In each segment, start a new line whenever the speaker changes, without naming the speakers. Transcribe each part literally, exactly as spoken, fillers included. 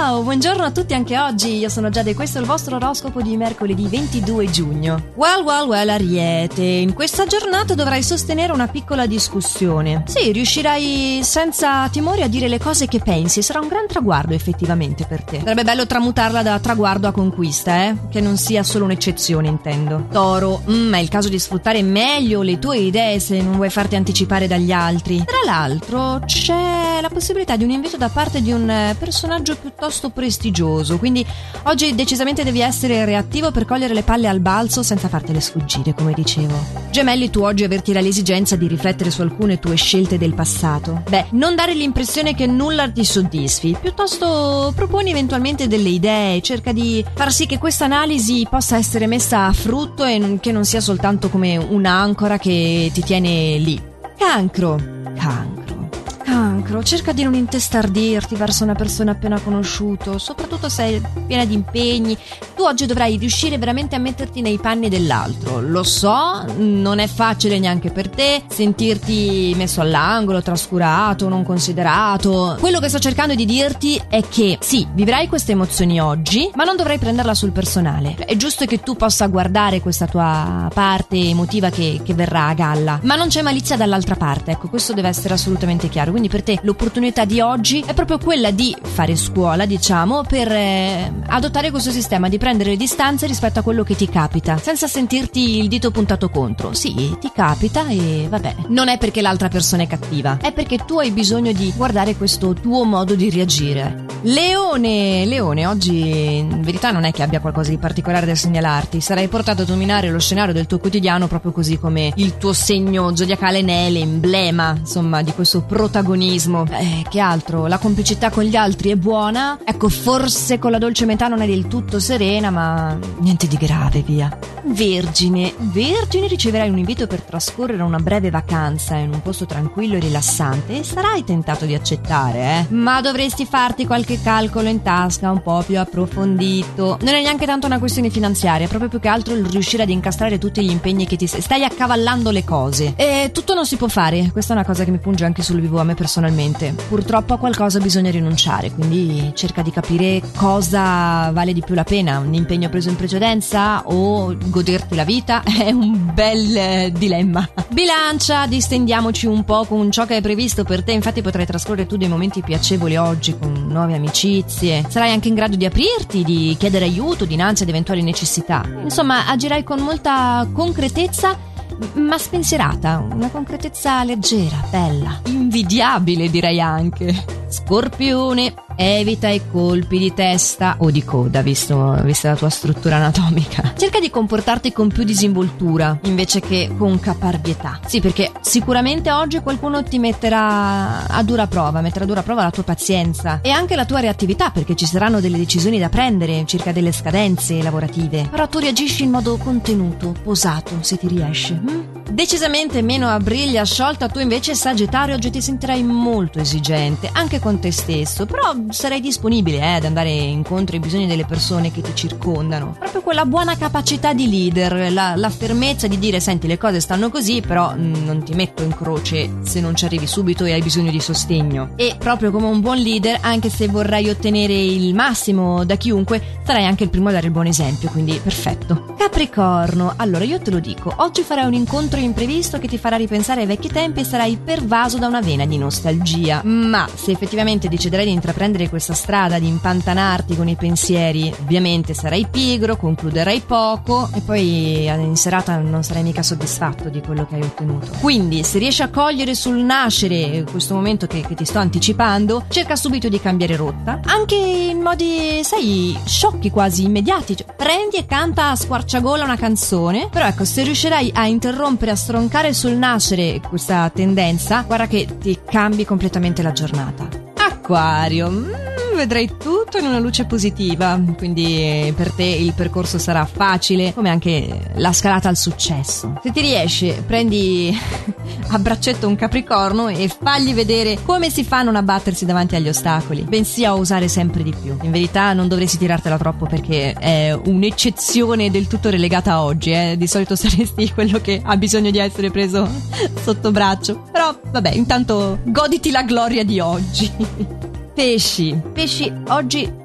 Ciao, buongiorno a tutti anche oggi, io sono Giada e questo è il vostro oroscopo di mercoledì ventidue giugno. Well, well, well, Ariete, in questa giornata dovrai sostenere una piccola discussione. Sì, riuscirai senza timori a dire le cose che pensi, sarà un gran traguardo effettivamente per te. Sarebbe bello tramutarla da traguardo a conquista, eh? Che non sia solo un'eccezione, intendo. Toro, mm, è il caso di sfruttare meglio le tue idee se non vuoi farti anticipare dagli altri. Tra l'altro c'è la possibilità di un invito da parte di un personaggio piuttosto prestigioso, quindi oggi decisamente devi essere reattivo per cogliere le palle al balzo senza fartele sfuggire, come dicevo. Gemelli, tu oggi avvertirai l'esigenza di riflettere su alcune tue scelte del passato. Beh, non dare l'impressione che nulla ti soddisfi, piuttosto proponi eventualmente delle idee, cerca di far sì che questa analisi possa essere messa a frutto e non, che non sia soltanto come un'ancora che ti tiene lì. Cancro, cancro. Cancro, cerca di non intestardirti verso una persona appena conosciuto, soprattutto se è piena di impegni. Tu oggi dovrai riuscire veramente a metterti nei panni dell'altro. Lo so, non è facile neanche per te sentirti messo all'angolo, trascurato, non considerato. Quello che sto cercando di dirti è che sì, vivrai queste emozioni oggi, ma non dovrai prenderla sul personale. È giusto che tu possa guardare questa tua parte emotiva che, che verrà a galla, ma non c'è malizia dall'altra parte, ecco, questo deve essere assolutamente chiaro. Quindi per te l'opportunità di oggi è proprio quella di fare scuola, diciamo, per eh, adottare questo sistema di prendere le distanze rispetto a quello che ti capita, senza sentirti il dito puntato contro. Sì, ti capita e vabbè, non è perché l'altra persona è cattiva, è perché tu hai bisogno di guardare questo tuo modo di reagire. Leone, Leone, oggi in verità non è che abbia qualcosa di particolare da segnalarti, sarai portato a dominare lo scenario del tuo quotidiano proprio così come il tuo segno zodiacale ne è l'emblema, insomma, di questo protagonismo. Eh, che altro? La complicità con gli altri è buona, ecco, forse con la dolce metà non è del tutto serena, ma niente di grave, via. Vergine, Vergine, riceverai un invito per trascorrere una breve vacanza in un posto tranquillo e rilassante e sarai tentato di accettare, eh? Ma dovresti farti qualche calcolo in tasca un po' più approfondito. Non è neanche tanto una questione finanziaria, è proprio più che altro il riuscire ad incastrare tutti gli impegni che ti stai accavallando le cose. E tutto non si può fare, questa è una cosa che mi punge anche sul vivo a me personalmente. Purtroppo a qualcosa bisogna rinunciare, quindi cerca di capire cosa vale di più la pena, un impegno preso in precedenza o goderti la vita. È un bel eh, dilemma. Bilancia, distendiamoci un po' con ciò che è previsto per te, infatti potrai trascorrere tu dei momenti piacevoli oggi con nuove amicizie, sarai anche in grado di aprirti, di chiedere aiuto dinanzi ad eventuali necessità. Insomma, agirai con molta concretezza ma spensierata, una concretezza leggera, bella, invidiabile direi anche. Scorpione, evita i colpi di testa o di coda, visto vista la tua struttura anatomica. Cerca di comportarti con più disinvoltura invece che con caparbietà. Sì, perché sicuramente oggi qualcuno ti metterà a dura prova, metterà a dura prova la tua pazienza e anche la tua reattività, perché ci saranno delle decisioni da prendere circa delle scadenze lavorative. Però tu reagisci in modo contenuto, posato, se ti riesce. Hm? Decisamente meno a briglia sciolta, tu invece Sagittario oggi ti sentirai molto esigente, anche con te stesso, però sarai disponibile eh, ad andare incontro ai bisogni delle persone che ti circondano. Proprio quella buona capacità di leader, la, la fermezza di dire senti le cose stanno così, però mh, non ti metto in croce se non ci arrivi subito e hai bisogno di sostegno. E proprio come un buon leader, anche se vorrai ottenere il massimo da chiunque, sarai anche il primo a dare il buon esempio, quindi perfetto. Capricorno, allora io te lo dico, oggi farai un incontro imprevisto che ti farà ripensare ai vecchi tempi e sarai pervaso da una vena di nostalgia, ma se effettivamente deciderai di intraprendere questa strada, di impantanarti con i pensieri, ovviamente sarai pigro, concluderai poco e poi in serata non sarai mica soddisfatto di quello che hai ottenuto. Quindi se riesci a cogliere sul nascere questo momento che, che ti sto anticipando, cerca subito di cambiare rotta, anche in modi, sai, sciocchi quasi, immediati, cioè, prendi e canta a squarciagola una canzone, però ecco, se riuscirai a interrompere, a stroncare sul nascere questa tendenza, guarda che ti cambi completamente la giornata. Acquario, mm, vedrai tutto in una luce positiva, quindi per te il percorso sarà facile, come anche la scalata al successo. Se ti riesce, prendi a braccetto un Capricorno e fagli vedere come si fa a non abbattersi davanti agli ostacoli, bensì a osare sempre di più. In verità non dovresti tirartela troppo perché è un'eccezione del tutto relegata a oggi, eh. Di solito saresti quello che ha bisogno di essere preso sotto braccio, però vabbè, intanto goditi la gloria di oggi. Pesci, pesci, oggi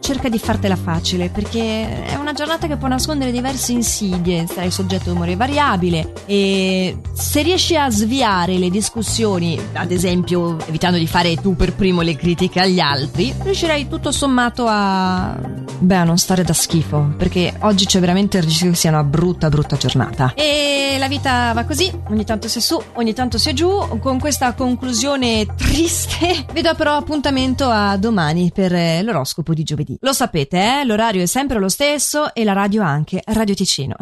cerca di fartela facile, perché è una giornata che può nascondere diverse insidie, sarai soggetto a umore variabile e se riesci a sviare le discussioni, ad esempio evitando di fare tu per primo le critiche agli altri, riuscirai tutto sommato a... beh, a non stare da schifo, perché oggi c'è veramente il rischio che sia una brutta brutta giornata. E la vita va così, ogni tanto si è su, ogni tanto si è giù. Con questa conclusione triste vi do però appuntamento a domani per l'oroscopo di giovedì. Lo sapete, eh? L'orario è sempre lo stesso e la radio anche, Radio Ticino.